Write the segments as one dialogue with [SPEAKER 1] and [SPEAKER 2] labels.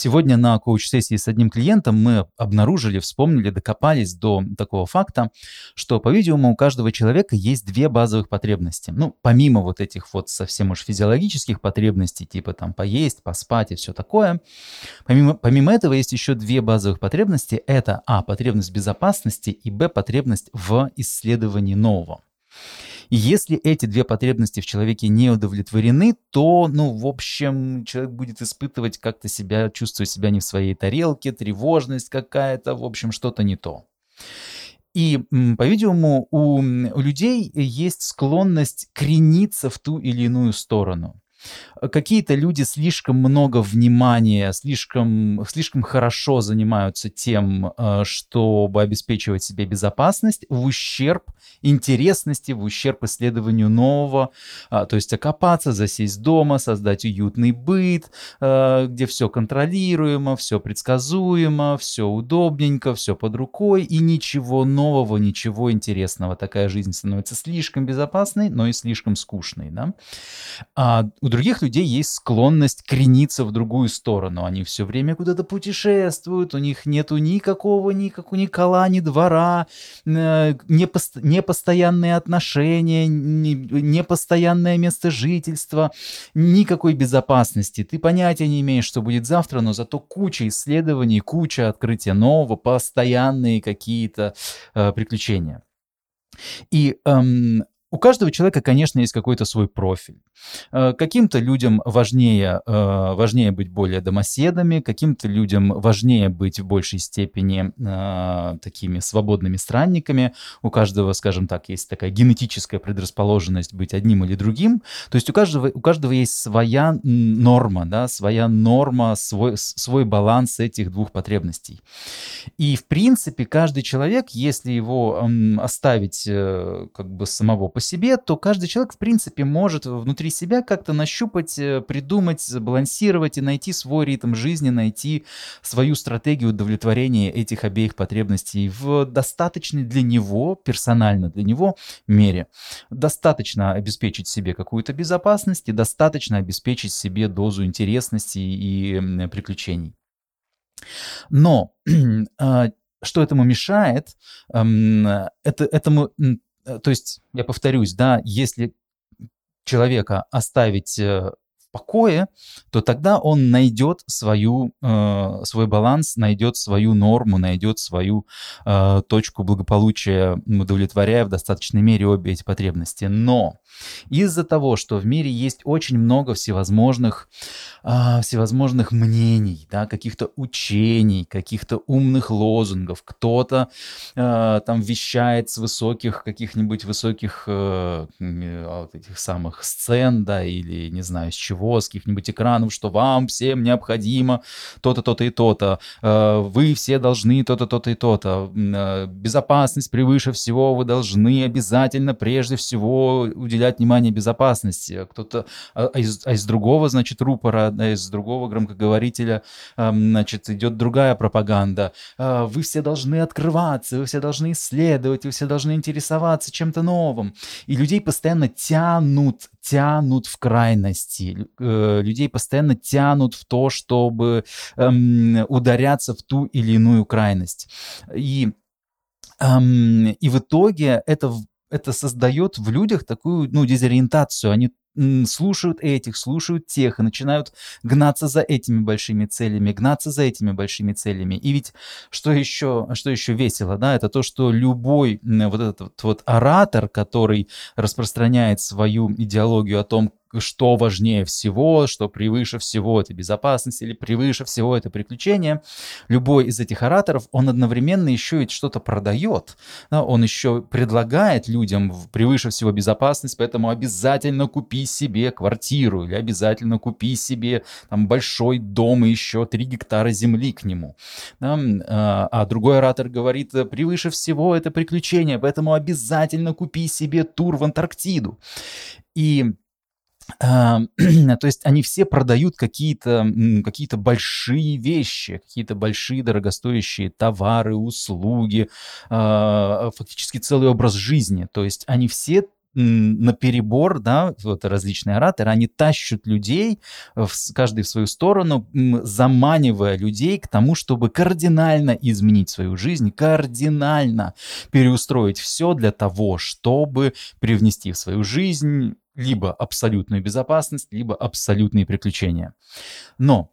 [SPEAKER 1] Сегодня на коуч-сессии с одним клиентом мы обнаружили, вспомнили, докопались до такого факта, что, по-видимому, у каждого человека есть две базовых потребности. Ну, помимо вот этих вот совсем уж физиологических потребностей, типа там поесть, поспать и все такое, помимо этого есть еще две базовых потребности. Это потребность в безопасности и потребность в исследовании нового. И если эти две потребности в человеке не удовлетворены, то, в общем, человек будет испытывать как-то себя, чувствовать себя не в своей тарелке, тревожность какая-то, в общем, что-то не то. И, по-видимому, у людей есть склонность крениться в ту или иную сторону. Какие-то люди слишком много внимания, слишком хорошо занимаются тем, чтобы обеспечивать себе безопасность в ущерб интересности, в ущерб исследованию нового, то есть окопаться, засесть дома, создать уютный быт, где все контролируемо, все предсказуемо, все удобненько, все под рукой и ничего нового, ничего интересного. Такая жизнь становится слишком безопасной, но и слишком скучной, да? А у других людей есть склонность крениться в другую сторону. Они все время куда-то путешествуют, у них нету ни кола, ни двора, непостоянные отношения, непостоянное место жительства, никакой безопасности. Ты понятия не имеешь, что будет завтра, но зато куча исследований, куча открытия нового, постоянные какие-то приключения. И у каждого человека, конечно, есть какой-то свой профиль. Каким-то людям важнее быть более домоседами, каким-то людям важнее быть в большей степени такими свободными странниками. У каждого, скажем так, есть такая генетическая предрасположенность быть одним или другим. То есть у каждого есть своя норма, да, свой баланс этих двух потребностей. И, в принципе, каждый человек, если его оставить как бы самого по себе, то каждый человек, в принципе, может внутри себя как-то нащупать, придумать, сбалансировать и найти свой ритм жизни, найти свою стратегию удовлетворения этих обеих потребностей в достаточной для него, персонально для него мере. Достаточно обеспечить себе какую-то безопасность и достаточно обеспечить себе дозу интересности и приключений. Но что этому мешает, то есть, я повторюсь, да, если человека оставить в покое, то тогда он найдет свой баланс, найдет свою норму, найдет свою точку благополучия, удовлетворяя в достаточной мере обе эти потребности. Но из-за того, что в мире есть очень много всевозможных мнений, да, каких-то учений, каких-то умных лозунгов, кто-то там вещает с каких-нибудь высоких этих самых сцен, да, или не знаю с чего, с каких-нибудь экранов, что вам всем необходимо то-то, то-то и то-то, вы все должны то-то, то-то и то-то, безопасность превыше всего, вы должны обязательно прежде всего уделять внимание безопасности. Кто-то из другого, значит, рупора, из другого громкоговорителя, значит, идет другая пропаганда. Вы все должны открываться, вы все должны исследовать, вы все должны интересоваться чем-то новым. И людей постоянно тянут в крайности. Людей постоянно тянут в то, чтобы ударяться в ту или иную крайность. И в итоге это создает в людях такую, дезориентацию. Они слушают этих, слушают тех и начинают гнаться за этими большими целями, гнаться за этими большими целями. И ведь что еще весело, да, это то, что любой вот этот вот оратор, который распространяет свою идеологию о том, что важнее всего, что превыше всего это безопасность или превыше всего это приключение, любой из этих ораторов, он одновременно еще и что-то продает. Да, он еще предлагает людям превыше всего безопасность, поэтому обязательно купи себе квартиру или обязательно купи себе там большой дом и еще 3 гектара земли к нему. Да, а другой оратор говорит, превыше всего это приключение, поэтому обязательно купи себе тур в Антарктиду. И то есть они все продают какие-то большие вещи, какие-то большие дорогостоящие товары, услуги, фактически целый образ жизни. То есть они все наперебор, да, вот различные ораторы, они тащат людей, каждый в свою сторону, заманивая людей к тому, чтобы кардинально изменить свою жизнь, кардинально переустроить все для того, чтобы привнести в свою жизнь либо абсолютную безопасность, либо абсолютные приключения. Но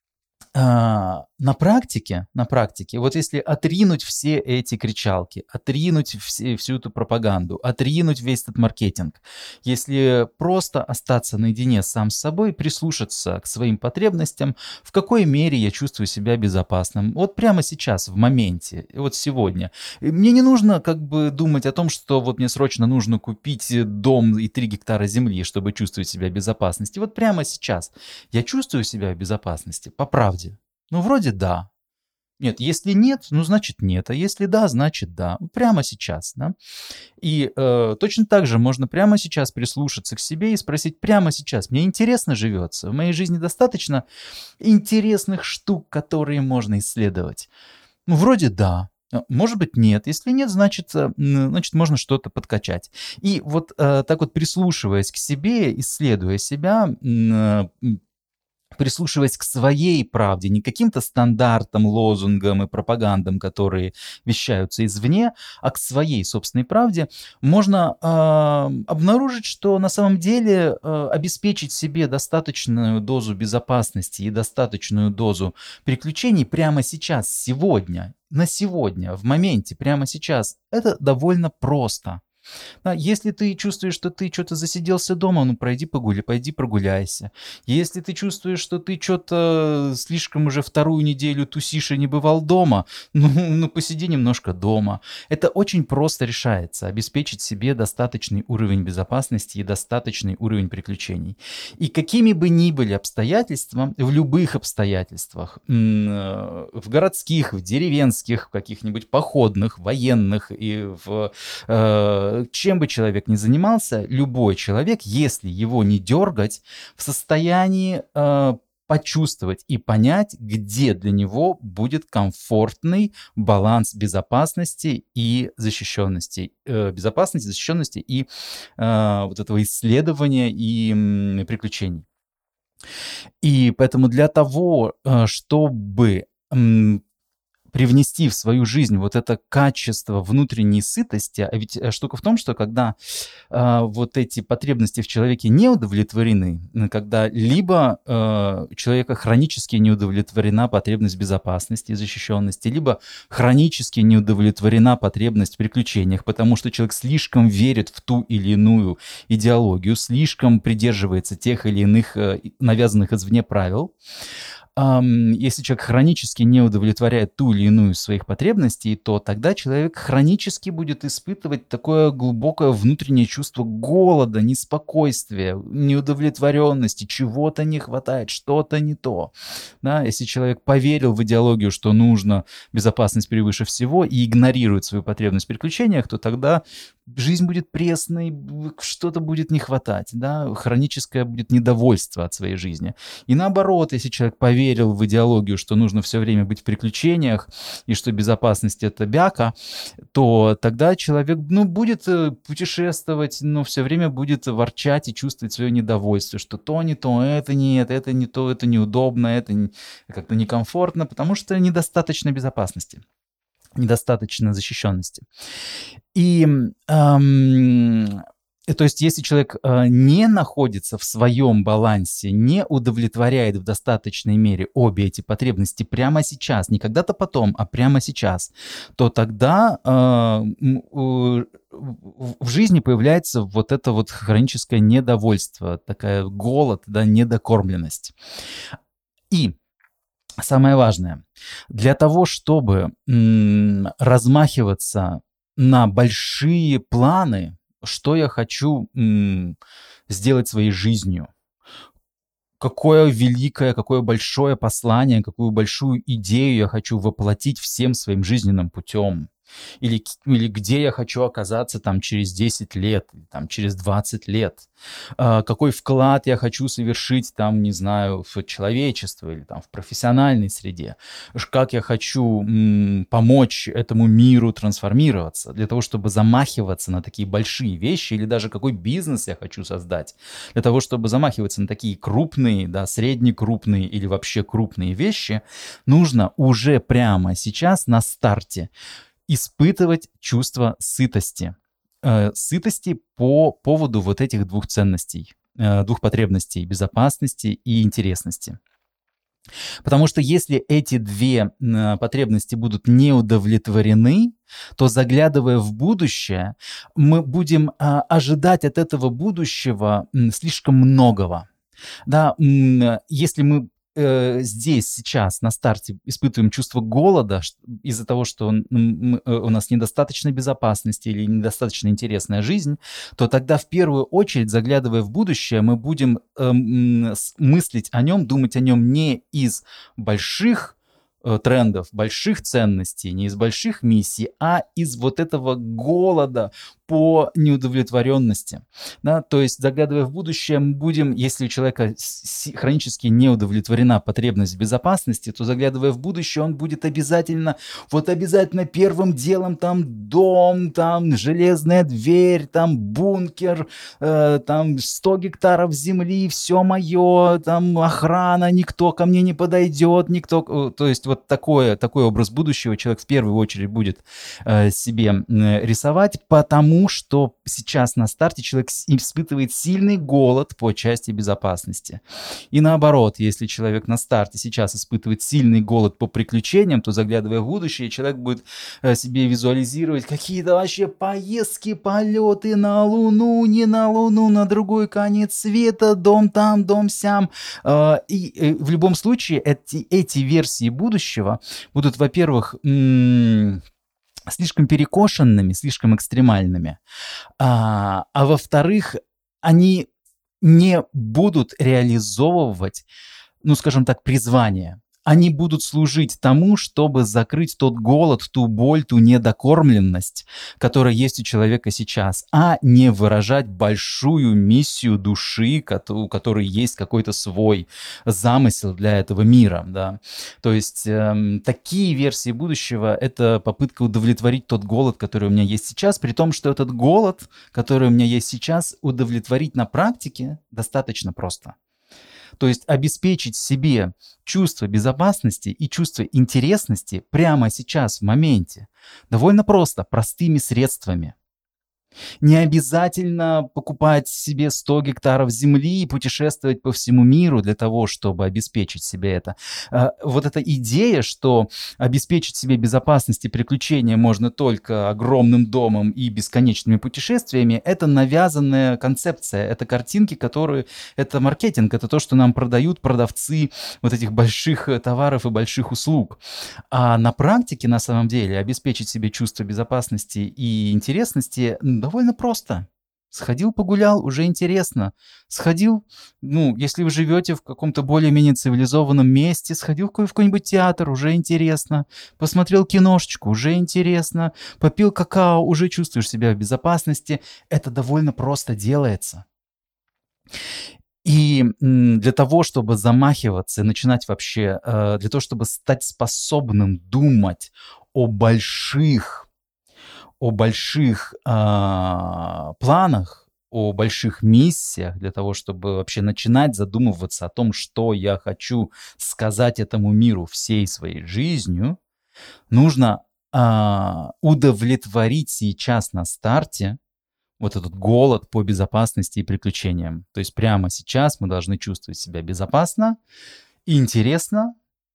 [SPEAKER 1] на практике, вот если отринуть все эти кричалки, отринуть всю эту пропаганду, отринуть весь этот маркетинг, если просто остаться наедине сам с собой, прислушаться к своим потребностям, в какой мере я чувствую себя безопасным, вот прямо сейчас, в моменте, вот сегодня. И мне не нужно как бы думать о том, что вот мне срочно нужно купить дом и 3 гектара земли, чтобы чувствовать себя в безопасности. Вот прямо сейчас я чувствую себя в безопасности, по правде. Ну, вроде да. Нет, если нет, ну, значит нет. А если да, значит да. Прямо сейчас, да. И точно так же можно прямо сейчас прислушаться к себе и спросить прямо сейчас. Мне интересно живется. В моей жизни достаточно интересных штук, которые можно исследовать. Ну, вроде да. Может быть, нет. Если нет, значит, можно что-то подкачать. И вот так вот прислушиваясь к себе, исследуя себя, прислушиваясь к своей правде, не к каким-то стандартам, лозунгам и пропагандам, которые вещаются извне, а к своей собственной правде, можно обнаружить, что на самом деле обеспечить себе достаточную дозу безопасности и достаточную дозу приключений прямо сейчас, сегодня, на сегодня, в моменте, прямо сейчас, это довольно просто. Да, если ты чувствуешь, что ты что-то засиделся дома, ну пойди прогуляйся. Если ты чувствуешь, что ты что-то слишком уже 2-ю неделю тусишь и не бывал дома, ну посиди немножко дома. Это очень просто решается, обеспечить себе достаточный уровень безопасности и достаточный уровень приключений. И какими бы ни были обстоятельства, в любых обстоятельствах, в городских, в деревенских, в каких-нибудь походных, военных и в чем бы человек ни занимался, любой человек, если его не дергать, в состоянии почувствовать и понять, где для него будет комфортный баланс безопасности и защищенности. Безопасности, защищенности и вот этого исследования и приключений. И поэтому для того, чтобы привнести в свою жизнь вот это качество внутренней сытости, а ведь штука в том, что когда вот эти потребности в человеке не удовлетворены, когда либо у человека хронически не удовлетворена потребность безопасности и защищенности, либо хронически не удовлетворена потребность в приключениях, потому что человек слишком верит в ту или иную идеологию, слишком придерживается тех или иных навязанных извне правил. Если человек хронически не удовлетворяет ту или иную из своих потребностей, то тогда человек хронически будет испытывать такое глубокое внутреннее чувство голода, неспокойствия, неудовлетворенности, чего-то не хватает, что-то не то. Да? Если человек поверил в идеологию, что нужно безопасность превыше всего и игнорирует свою потребность в приключениях, то тогда жизнь будет пресной, что-то будет не хватать, да? Хроническое будет недовольство от своей жизни. И наоборот, если человек поверил в идеологию, что нужно все время быть в приключениях и что безопасность — это бяка, то тогда человек будет путешествовать, но все время будет ворчать и чувствовать свое недовольство, что то не то, это нет, это не то, это неудобно, это как-то некомфортно, потому что недостаточно безопасности, недостаточно защищенности. И то есть, если человек не находится в своем балансе, не удовлетворяет в достаточной мере обе эти потребности прямо сейчас, не когда-то потом, а прямо сейчас, то тогда в жизни появляется вот это вот хроническое недовольство, такая голод, да, недокормленность. И самое важное, для того, чтобы размахиваться на большие планы, что я хочу сделать своей жизнью, какое великое, какое большое послание, какую большую идею я хочу воплотить всем своим жизненным путем. или где я хочу оказаться там через 10 лет, там через 20 лет, какой вклад я хочу совершить там, не знаю, в человечество или там в профессиональной среде, как я хочу помочь этому миру трансформироваться, для того, чтобы замахиваться на такие большие вещи, или даже какой бизнес я хочу создать, для того, чтобы замахиваться на такие крупные, да, среднекрупные или вообще крупные вещи, нужно уже прямо сейчас на старте испытывать чувство сытости. Сытости по поводу вот этих двух ценностей, двух потребностей: безопасности и интересности. Потому что если эти две потребности будут не удовлетворены, то, заглядывая в будущее, мы будем ожидать от этого будущего слишком многого. Да, если мы здесь, сейчас, на старте испытываем чувство голода из-за того, что у нас недостаточно безопасности или недостаточно интересная жизнь, то тогда в первую очередь, заглядывая в будущее, мы будем мыслить о нем, думать о нем не из больших трендов, больших ценностей, не из больших миссий, а из вот этого голода по неудовлетворенности. Да? То есть, заглядывая в будущее, мы будем, если у человека хронически не удовлетворена потребность в безопасности, то, заглядывая в будущее, он будет обязательно первым делом там дом, там железная дверь, там бункер, там 100 гектаров земли, все мое, там охрана, никто ко мне не подойдет, никто... То есть вот такой образ будущего человек в первую очередь будет себе рисовать, потому что сейчас на старте человек испытывает сильный голод по части безопасности. И наоборот, если человек на старте сейчас испытывает сильный голод по приключениям, то, заглядывая в будущее, человек будет себе визуализировать какие-то вообще поездки, полеты на Луну, не на Луну, на другой конец света, дом там, дом сям. И в любом случае эти версии будущего будут, во-первых, слишком перекошенными, слишком экстремальными, а во-вторых, они не будут реализовывать, ну, скажем так, призвание. Они будут служить тому, чтобы закрыть тот голод, ту боль, ту недокормленность, которая есть у человека сейчас, а не выражать большую миссию души, у которой есть какой-то свой замысел для этого мира. Да? То есть такие версии будущего — это попытка удовлетворить тот голод, который у меня есть сейчас, при том, что этот голод, который у меня есть сейчас, удовлетворить на практике достаточно просто. То есть обеспечить себе чувство безопасности и чувство интересности прямо сейчас, в моменте, довольно просто, простыми средствами. Не обязательно покупать себе 100 гектаров земли и путешествовать по всему миру для того, чтобы обеспечить себе это. Вот эта идея, что обеспечить себе безопасность и приключения можно только огромным домом и бесконечными путешествиями, это навязанная концепция, это картинки, это маркетинг, это то, что нам продают продавцы вот этих больших товаров и больших услуг. А на практике, на самом деле, обеспечить себе чувство безопасности и интересности довольно просто. Сходил, погулял, уже интересно. Сходил, если вы живете в каком-то более-менее цивилизованном месте, сходил в какой-нибудь театр, уже интересно. Посмотрел киношечку, уже интересно. Попил какао, уже чувствуешь себя в безопасности. Это довольно просто делается. И для того, чтобы замахиваться и начинать вообще, для того, чтобы стать способным думать о больших планах, о больших миссиях, для того, чтобы вообще начинать задумываться о том, что я хочу сказать этому миру всей своей жизнью, нужно удовлетворить сейчас на старте вот этот голод по безопасности и приключениям. То есть прямо сейчас мы должны чувствовать себя безопасно и интересно,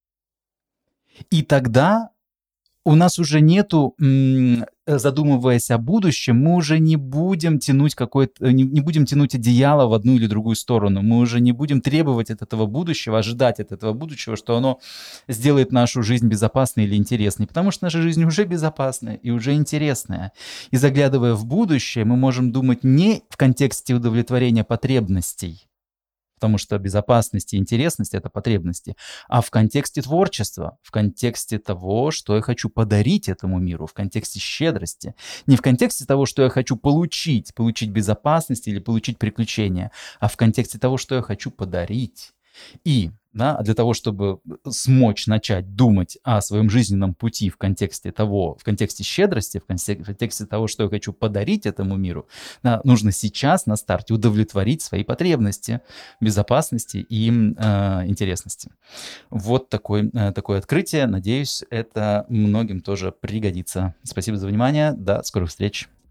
[SPEAKER 1] и тогда у нас уже нету, задумываясь о будущем, мы уже не будем тянуть не будем тянуть одеяло в одну или другую сторону. Мы уже не будем требовать от этого будущего, ожидать от этого будущего, что оно сделает нашу жизнь безопасной или интересной. Потому что наша жизнь уже безопасная и уже интересная. И заглядывая в будущее, мы можем думать не в контексте удовлетворения потребностей, потому что безопасность и интересность — это потребности, а в контексте творчества, в контексте того, что я хочу подарить этому миру, в контексте щедрости. Не в контексте того, что я хочу получить безопасность или получить приключения, а в контексте того, что я хочу подарить. И да, для того, чтобы смочь начать думать о своем жизненном пути в контексте того, в контексте щедрости, в контексте того, что я хочу подарить этому миру, да, нужно сейчас на старте удовлетворить свои потребности безопасности и интересности. Вот такое открытие. Надеюсь, это многим тоже пригодится. Спасибо за внимание. До скорых встреч.